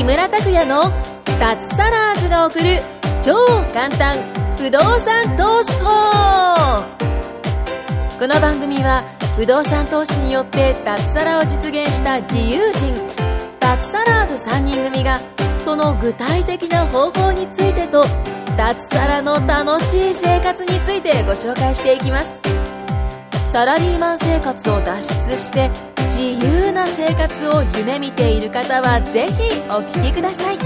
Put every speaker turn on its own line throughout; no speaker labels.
村拓哉の脱サラーズが送る超簡単不動産投資法。この番組は不動産投資によって脱サラを実現した自由人脱サラーズ3人組がその具体的な方法についてと脱サラの楽しい生活についてご紹介していきます。サラリーマン生活を脱出して自由な生活を夢見ている方はぜひお聞きください。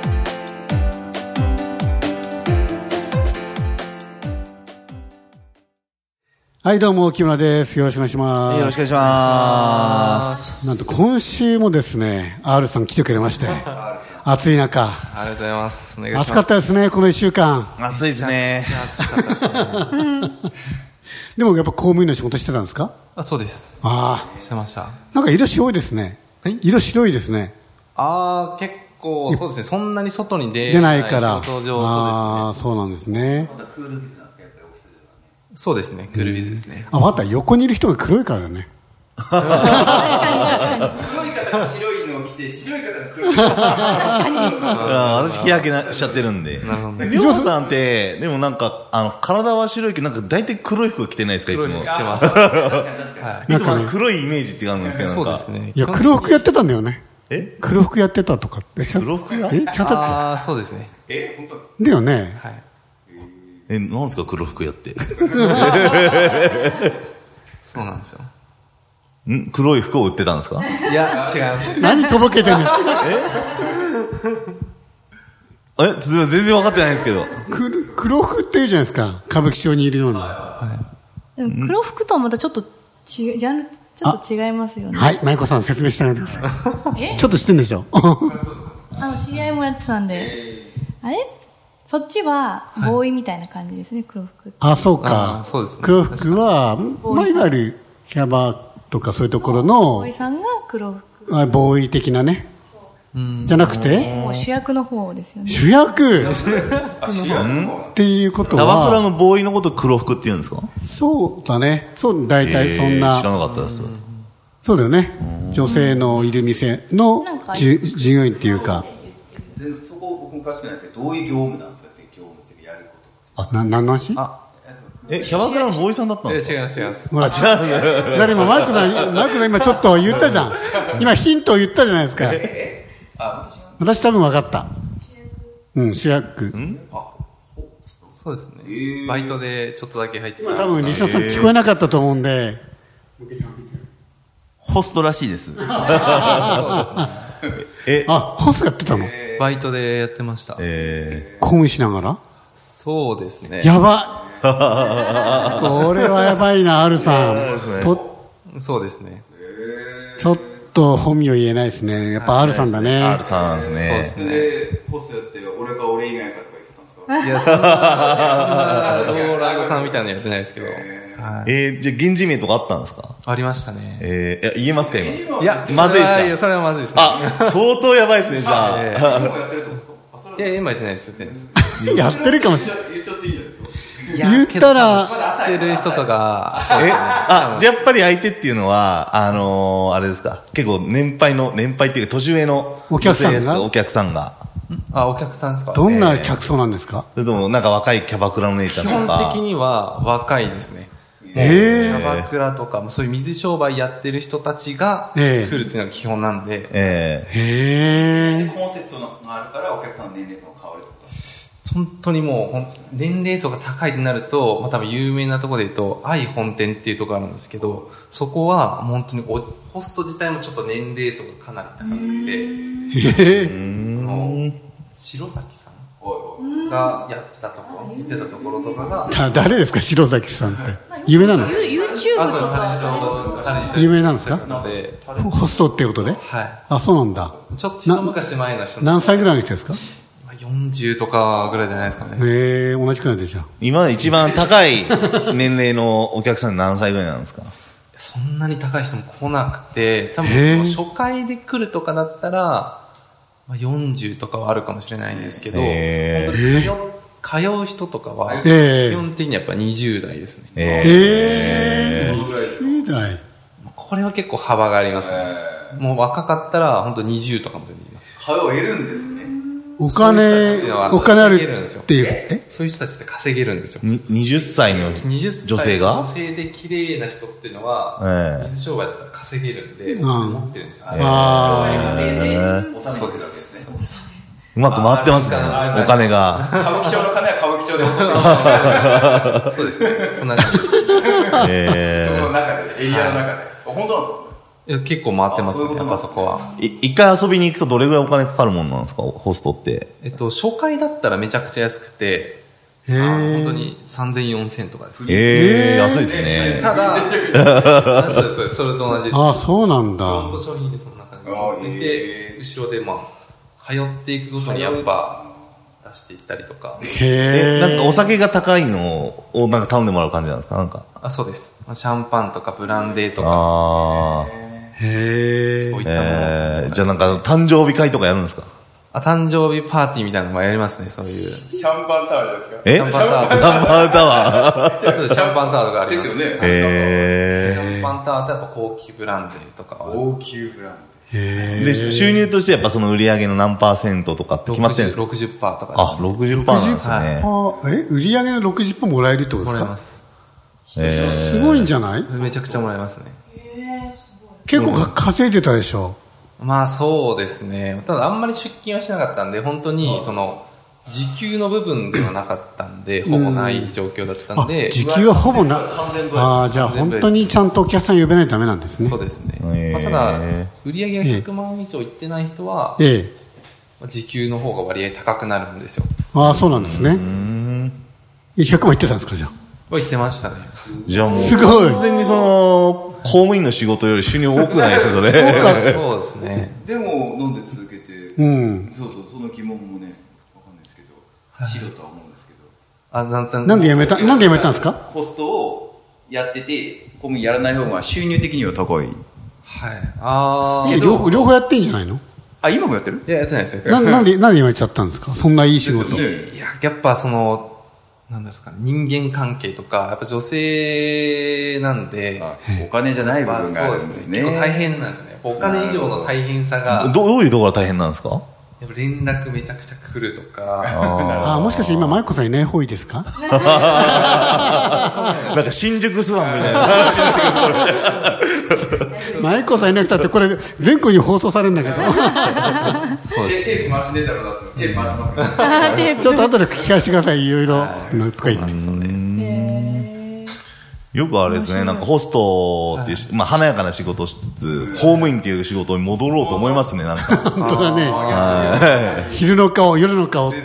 はい、どうも木村です。よろしくお願いします。
よろしくお願いします。
なんと今週もですね R さん来てくれまして暑い中
ありがとうございます。お願いします。
暑かったですね、この1週間。
暑いですね。
暑かったですね
でもやっぱ公務員の仕事してたんですか？
あ、そうです。
ああ、
してました。
なんか色白いですね。色白いですね。
ああ、結構そうですね。そんなに外に出
ないから
仕事上。
ああ、そうなんですね。
そうですね、クールビズですね。
あ、また横にいる人が黒いからだね。
黒い方が白いのを着て、白い方が黒いのを着て。確かに。
私日焼けしちゃってるんで。
なるほどね。
りょうさんって、でもなんか、体は白いけど、なんか大体黒い服着てないですか、いつも。
黒い服着てます。
いつも黒いイメージってあるんですけど、
そうですね。
いや、黒服やってたんだよね。
え？
黒服やってたとかって。
黒服や？
ちゃんと
ああ、そうですね。
本当
だよね。
はい。
なんですか、黒服やって。
そうなんですよ。
黒い服を売ってたんですか？
いや、違います。
何とぼけてんですか？
全然分かってないんですけど。
黒服って言うじゃないですか、歌舞伎町にいるような。
でも黒服とはまたちょっとジャンルちょっと違いますよね。
はい、舞子さん説明してあげてください。ちょっと知ってんでしょ？
知り合いもやってたんで、あれそっちはボーイみたいな感じですね、黒服。
あ、そうか。
そうですね。
黒服は、まあ、いわゆるキャバとかそういうところの
ボーイさんが黒服。
ボーイ的なね。じゃなくて
もう主役の方ですよね。
主役っていうことは
キャバクラのボーイのこと黒服って言うんですか？
そうだね。そう、大体そんな。
知らなかったです。
そうだよね。女性のいる店の従業員っていうか。
そこ僕も詳しくないですけど、どういう業務なんですか？業務ってやること。
何の話？
キャバクラのボーイさんだったんですか？
違います、違います。
ほら、違う。だって今マイクさん今ちょっと言ったじゃん。今ヒントを言ったじゃないですか。私多分分かった。主役。
そうですね。バイトでちょっとだけ入ってた。
多分リサさん聞こえなかったと思うんで。
ホストらしいです。
ホストやってたの？
バイトでやってました。
公務員しながら？
そうですね。
やばい。これはやばいな、R さん。
そうですね。
ちょっと本名言えないですね。やっぱ R さんだね。
R さんなんですね。
そうですね。
で、ホストやって、俺か俺以外かとか言ってたんですか？
いや、そんな、ローラーさんみたいなのやってないですけど。
じゃあ、現地名とかあったんですか？
ありましたね。
言えますか、今。
いや、
まずいですか？
いや、それはまずいですね。
相当やばいですね、じゃあ。
いや、今やってないです、やってないです。
やってるかもしれない。
言っちゃっていいんじゃないですか？
言ったら、
知ってる人とか、
じゃあやっぱり相手っていうのは、あれですか、結構年配っていうか年上の
お客さんが
お客さんですか？
どんな客層なんですか？
それともなんか若いキャバクラの姉ちゃんとか。
基本的には若いですね。キャバクラとか、そういう水商売やってる人たちが来るっていうのが基本なんで。
コンセプトがあるからお客さんの年齢層が変わるとか。
本当にもう年齢層が高いとなると、多分有名なところで言うと愛本店っていうところあるんですけど、そこは本当にホスト自体もちょっと年齢層がかなり高くて、白崎さんがやってたところ、言ってたところとかが。
誰ですか、白崎さんって？有名なの？
YouTube と
か
有名なんですか？ホストっていうことで？
はい。
あ、そうなんだ。
ちょっと一昔前の人。
何歳ぐらいの人ですか
？40とかぐらいじゃないですかね。
同じくらいでじゃん。
今まで一番高い年齢のお客さん何歳ぐらいなんですか？
そんなに高い人も来なくて、多分その初回で来るとかだったら、40とかはあるかもしれないんですけど、本当に通う人とかは、基本的にやっぱ20代ですね。
20代。
これは結構幅がありますね。 もう若かったら本当20とかも全然います。
会話を得るんですね。
お金あるって言って、
そういう人たちって稼げるんですよ。
20歳の女性が
女性で綺麗な人っていうのは、水商売だったら稼げるんで、持ってるんですよ。そうです。
うまく回ってますね、お金が。
歌舞伎町の金は歌舞伎町で落とせる。
そうですね。そんな感じです。
その中で、エリアの中で。本当なんですか？
結構回ってますね、やっぱそこは。
一回遊びに行くとどれぐらいお金かかるもんなんですか、ホストって。
初回だったらめちゃくちゃ安くて、本当に3000、4000とかです。
安いですね。
ただ、そうです、それと同じです。
ああ、そうなんだ。
フロント商品でそんな感じで、後ろで通っていくごとにやっぱ出していったりとか。
なんかお酒が高いのをなんか頼んでもらう感じなんですか、なんか。
そうです。シャンパンとかブランデーとか。そういったもの。
じゃあなんか誕生日会とかやるんですか？
誕生日パーティーみたいなのもやりますね、そういう。
シャンパンタワーじゃないですか。
シャンパンタワー
シャンパンタワーとかあります
ですよね。
シャンパンタワーってやっぱ高級ブランデーとかは。
高級ブラン
デー。で、収入としてやっぱその売り上げの何%とかって決まってるんですか？
60% とかです。
あ、60% なんですね。
売り上げの 60% もらえるってことですか？
もらえます。
すごいんじゃない？
めちゃくちゃもらえますね。
結構稼いでたでしょ？
そうですね。ただあんまり出勤はしなかったんで、本当にその時給の部分ではなかったんで、ほぼない状況だったんで。
時給はほぼな、じゃあ本当にちゃんとお客さん呼べないとダメなんですね。
そうですね。ただ、売り上げが100万以上いってない人は、時給の方が割合高くなるんですよ。
そうなんですね。100万いってたんですか、じゃあ。
言ってましたね。
じゃあもう、
すごい。
完全にその、公務員の仕事より収入多くないですよ、それ。
そうですね。
でも、飲んで続けて、その疑問もね、わかんないですけど、白とは思うんですけど。
なんで辞めたんですか？
ホストをやってて、公務員やらない方が収入的には高い。
はい。
両方やってんじゃないの？
今もやってる？
いや、やってないですよ。
なんで辞めちゃったんですか？そんないい仕事。
いや、やっぱその、なんですか、人間関係とか、やっぱ女性なんで、
お金じゃない部分があるんですね。
結構大変なんですね。お金以上の大変さが。
どういうところが大変なんですか？
やっぱ連絡めちゃくちゃ来るとか。
もしかして今、マイコさんいない方がいいですか？
なんか新宿スワンみたいな話になってくる。
マイコさんいなくたってこれ全国に放送されるんだけど。
そうです。テープ回しねえだろうなって。テープ回しますね。
ちょっと後で聞かせてください。いろいろとか言って。
よくあれですね、なんかホストっていう、華やかな仕事をしつつ、公務員っていう仕事に戻ろうと思いますね、なんか。
本当だね。昼の顔、夜の顔って、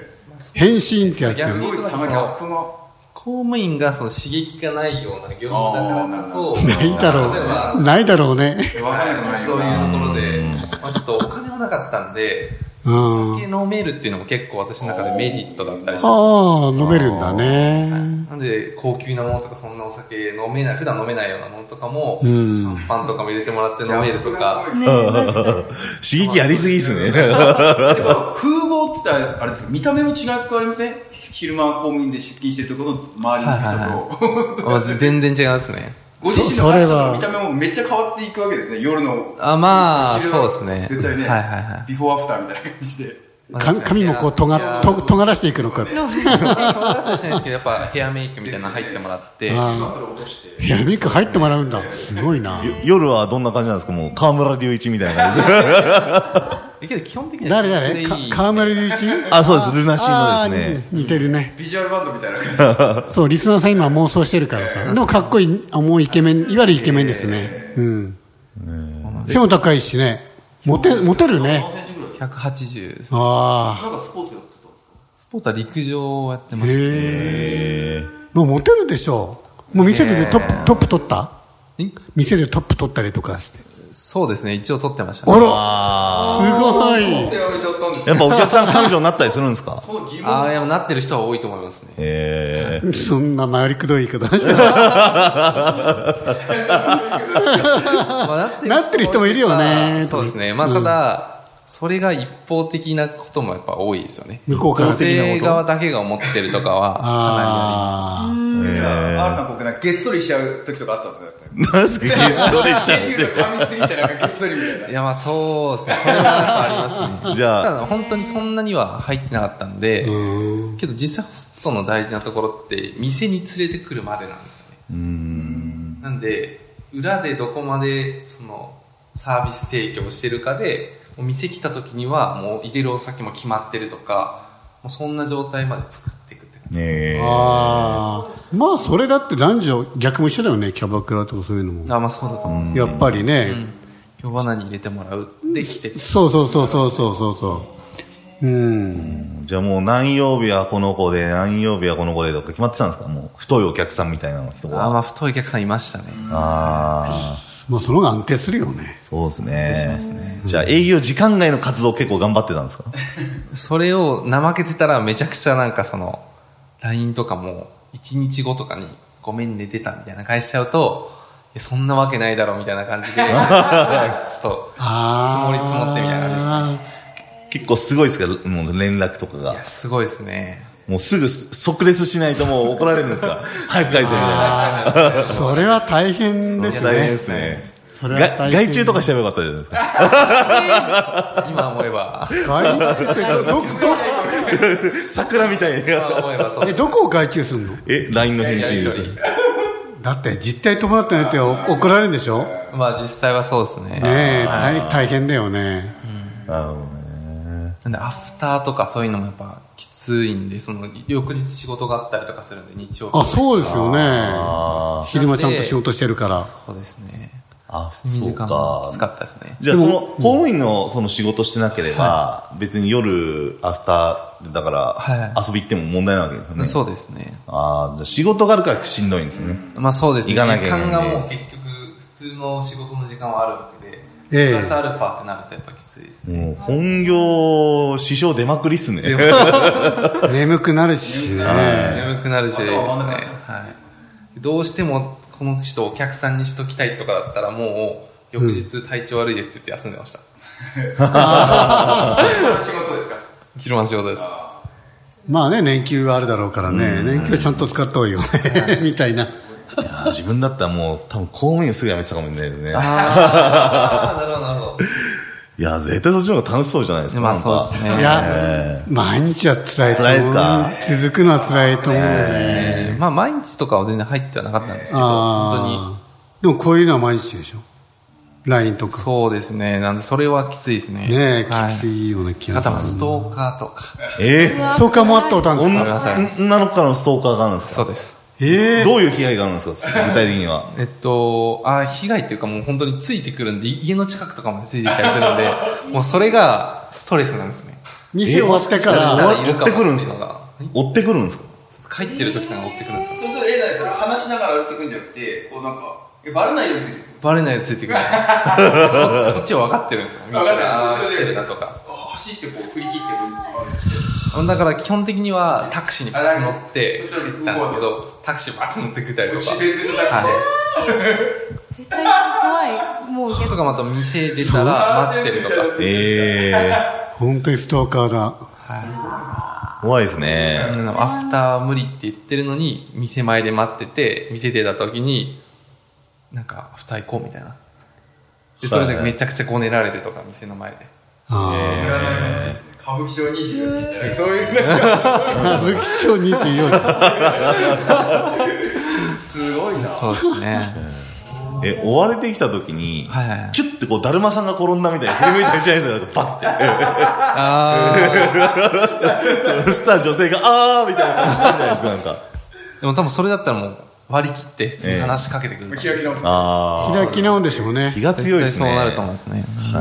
変身ってやつ。
公務員がその刺激がないような業務だからこそ、
ないだろうね。
そういうところで、ちょっとお金はなかったんで、お酒飲めるっていうのも結構私の中でメリットだったりします。
飲めるんだね。
なんで高級なものとかそんなお酒飲めない、普段飲めないようなものとかも、シャンパンとかも入れてもらって飲めるとか。
刺激ありすぎですね。
風貌って言ったら、あれですか、見た目の違いがありません？昼間公務員で出勤してるところの周りの人と。
全然違いますね。
ご自身の発色の見た目もめっちゃ変わっていくわけですね、夜の。
そうですね。
絶対ね、ビフォーアフターみたいな感じで。
髪もこう尖らしていくのか。
尖らせはしないですけど、やっぱヘアメイクみたいなの入ってもらって。ヘ
アメイク入ってもらうんだ。すごいな。
夜はどんな感じなんですか？もう河村隆一みたいな感じで。
けど基本的に
誰河村隆一？
そうです、ルナシーのですね。
似てるね。
ビジュアルバンドみたいな感じ。
そう、リスナーさん今妄想してるからさ。でもかっこいい、もうイケメン、いわゆるイケメンですね。背も高いしね。モテるね。
180です
ね。なんかスポーツやってたんですか？
スポーツは陸上をやってました。
もうモテるでしょ。もう店でトップ取った？店でトップ取ったりとかして。
そうですね、一応取ってましたね。
すごい。
やっぱお客さん彼女になったりするんですか？
やなってる人は多いと思いますね。
そんな回りくどい言い方してなってる人もいるよね。
そうですね。ただ、 それが一方的なこともやっぱ多いですよね。
向こうから
女性側だけが思ってるとかはかなりあります。
R さんこうなんかげっそりしちゃう時とかあったんですか？やっぱり
なんすか、ゲストでしちゃって。
噛みついてなんかげっそりみたいな。
いやまあそうですね。それはやっぱありますね。
じゃあ
ただ本当にそんなには入ってなかったんで、けど実際ホストの大事なところって店に連れてくるまでなんですよね。なんで裏でどこまでそのサービス提供してるかで、お店来た時にはもう入れるお酒も決まってるとか、もうそんな状態まで作っていくって感じです。
まあそれだって男女逆も一緒だよね、キャバクラとかそういうのも。
まあそうだと思うんですね。
やっぱりね、
今日は何入れてもらうで来て。
そう。
じゃあもう何曜日はこの子で、何曜日はこの子でとか決まってたんですか？もう太いお客さんみたいな人が。
まあ太いお客さんいましたね。
もうその方が安定するよね。
そうですね。じゃあ営業時間外の活動結構頑張ってたんですか？
それを怠けてたらめちゃくちゃなんかその LINE とかも1日後とかにごめん寝てたみたいな返しちゃうと、いやそんなわけないだろみたいな感じでちょっと積もり積もってみたいな感じですね。
結構すごいですか？もう連絡とかが。
いやすごいですね。
もうすぐ即レスしないともう怒られるんですか？早く返せみたいな。
それは大変ですね。
大変ですね。外注とかしちゃえばよかったじゃないですか。
今思えば。
外注って
桜みたいな。
今思えばそう。
どこを外注するの
？LINE の返信です。
だって実態伴ってないって怒られるんでしょ？
まあ実際はそうですね。
ねえ、大変だよね。
なんでアフターとかそういうのもやっぱきついんで、その翌日仕事があったりとかするんで、日曜日。
そうですよね。昼間ちゃんと仕事してるから。
そうですね。
睡
眠時間がきつかったですね。
じゃあその公務員のその仕事してなければ、別に夜アフターだから遊び行っても問題なわけですよね。
そうですね。
じゃあ仕事があるからしんどいんですよね。
まあそうですね。
行かなきゃいけない。
時間がもう結局普通の仕事の時間はあるわけで、プラスアルファってなるとやっぱきついですね。
もう本業支障出まくりっすね。
眠くなるしね。
眠くなるしですね。どうしてもこの人お客さんにしときたいとかだったらもう翌日体調悪いですって言って休んでました。昼間の仕事です。
まあね、年給はあるだろうからね、年給はちゃんと使った方がいいよねみたいな。い
や自分だったらもう多分公務員をすぐ辞めてたかもしれないですね。
なるほどなるほど。
いや絶対そっちの方が楽しそうじゃないですか。
まあそうですね。
いや毎日は辛いと思う。
辛いですか？
続くのは辛いと思うね。
まあ毎日とかは全然入ってはなかったんですけど、本当に。
でもこういうのは毎日でしょ。LINE とか。
そうですね。なんでそれはきついですね。
ねえ、きついような気がする。
あとはストーカーとか。
ストーカーもあったことあるんですか？
女の子からのストーカーがあるんですか？
そうです。
どういう被害があるんですか？具体的には。
被害っていうかもう本当についてくるんで、家の近くとかまでついてきたりするんで、もうそれがストレスなんですね。
店終わってから
追ってくるんですか？追ってくるんですか？
帰ってる時なんか追ってくるんですよ。
そうするとそれ話しながら歩いてくるんじゃなくて、こうなんかバレないようについてくる。
バレないようについてくるんですよ。こっちは分かってるんですよ。みんなが来てるなとか。
走ってこう振り切ってあれして。
だから基本的にはタクシーに乗って行ったんですけど、タクシーバーッと乗ってくれたりとか。
絶対怖い。もう
とかまた店出たら待ってるとか。
本当にストーカーだ。
怖いですね。
アフター無理って言ってるのに、店前で待ってて、店出た時に、なんか、アフター行こうみたいな。で、それでめちゃくちゃごねられるとか、店の前で。
歌舞伎町24時。そういう。
歌舞伎町24時。
すごいな。
そうですね。
追われてきた時に、キュッてこう、だるまさんが転んだみたいに振り向いたりしないですよ、バッて。そしたら女性が、みたいな感じじゃないですか、なんか。
でも多分それだったらもう、割り切って普通に話しかけてくる。
開き直る。
開き直るんでしょうね。
気が強いですね。
そうなると思いますね。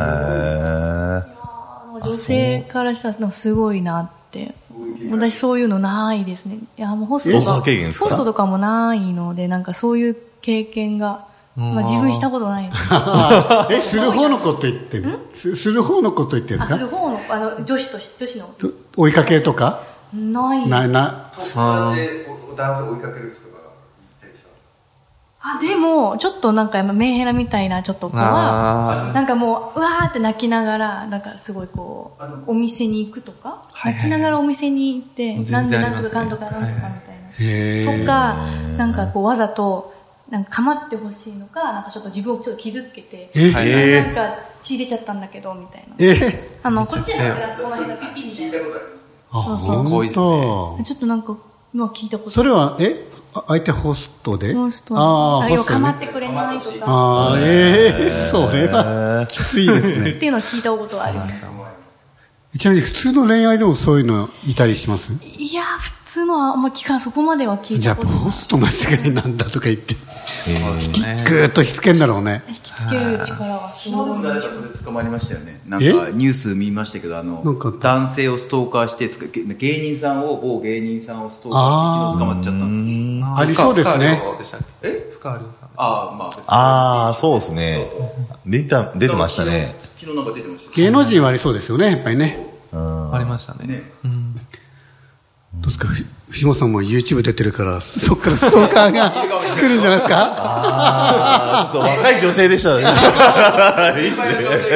女性からしたらすごいなって。私そういうのないですね。いやもうホストとかもないので、なんかそういう経験が、自分したことないです。
する方のこと言ってる？する方のこと言ってるんですか？
する方の、女子の。
追いかけとか？
ない。
友達で男性追いかける人がいたりした。
でも、ちょっとなんかメンヘラみたいなちょっと子は、なんかもう、うわーって泣きながら、なんかすごいこう、お店に行くとか、泣きながらお店に行って、なんでなんとかかんとかなんとかみたいな。とか、なんかこうわざと、なんか構ってほしいのか、なんかちょっと自分をちょっと傷つけて、なんか血入れちゃったんだけど、みたいな。こっちのやつ、この辺がピピみたいな。そうそう。
多いですね。
ちょっとなんか、今聞いたこと。
それは、相手ホストで？
ホスト。構ってくれないとか。
それはきついですね。
っていうのを聞いたことはあります。
ちなみに普通の恋愛でもそういうのいたりします？
いや、普通のはあんまそこまでは聞いたことない。
じゃあホストの世界なんだとか言って、ぐーっと引きつけんだろうね。
引きつける力がすごい。
誰かそれ捕まりましたよね。なんかニュース見ましたけど、男性をストーカーして某芸人さんをストーカーして昨日捕まっちゃったんですよ。
ありそうですね。
深川亮さん。
そうですね。出てましたね。
昨日なんか出てました。
芸能人はありそうですよね、やっぱりね。
ありましたね。
どうですか、
藤本さんも YouTube 出てるから、そっからストーカーが来るんじゃないですか？
ちょっと若い女性でしたね。いいですね。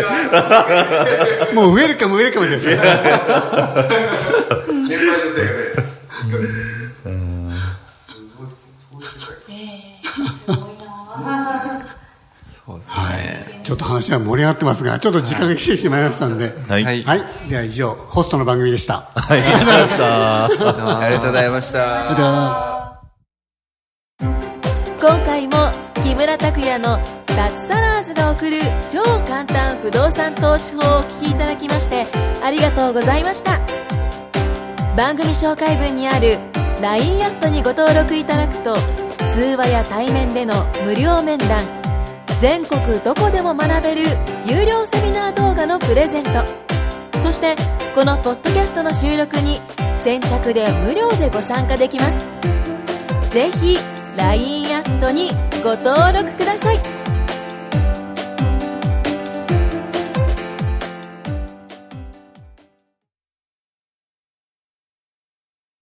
もうウェルカムですよ。
年配女性がね。
そうですね。
ちょっと話は盛り上がってますが、ちょっと時間が来てしまいましたんで。
はい。
では以上、ホストの番組でした。
ありがとうございました。
ありがとうございました。
今回も木村拓哉の脱サラーズが送る超簡単不動産投資法をお聞きいただきましてありがとうございました。番組紹介文にある LINE アットにご登録いただくと、通話や対面での無料面談、全国どこでも学べる有料セミナー動画のプレゼント、そしてこのポッドキャストの収録に先着で無料でご参加できます。ぜひ LINE アットにご登録ください。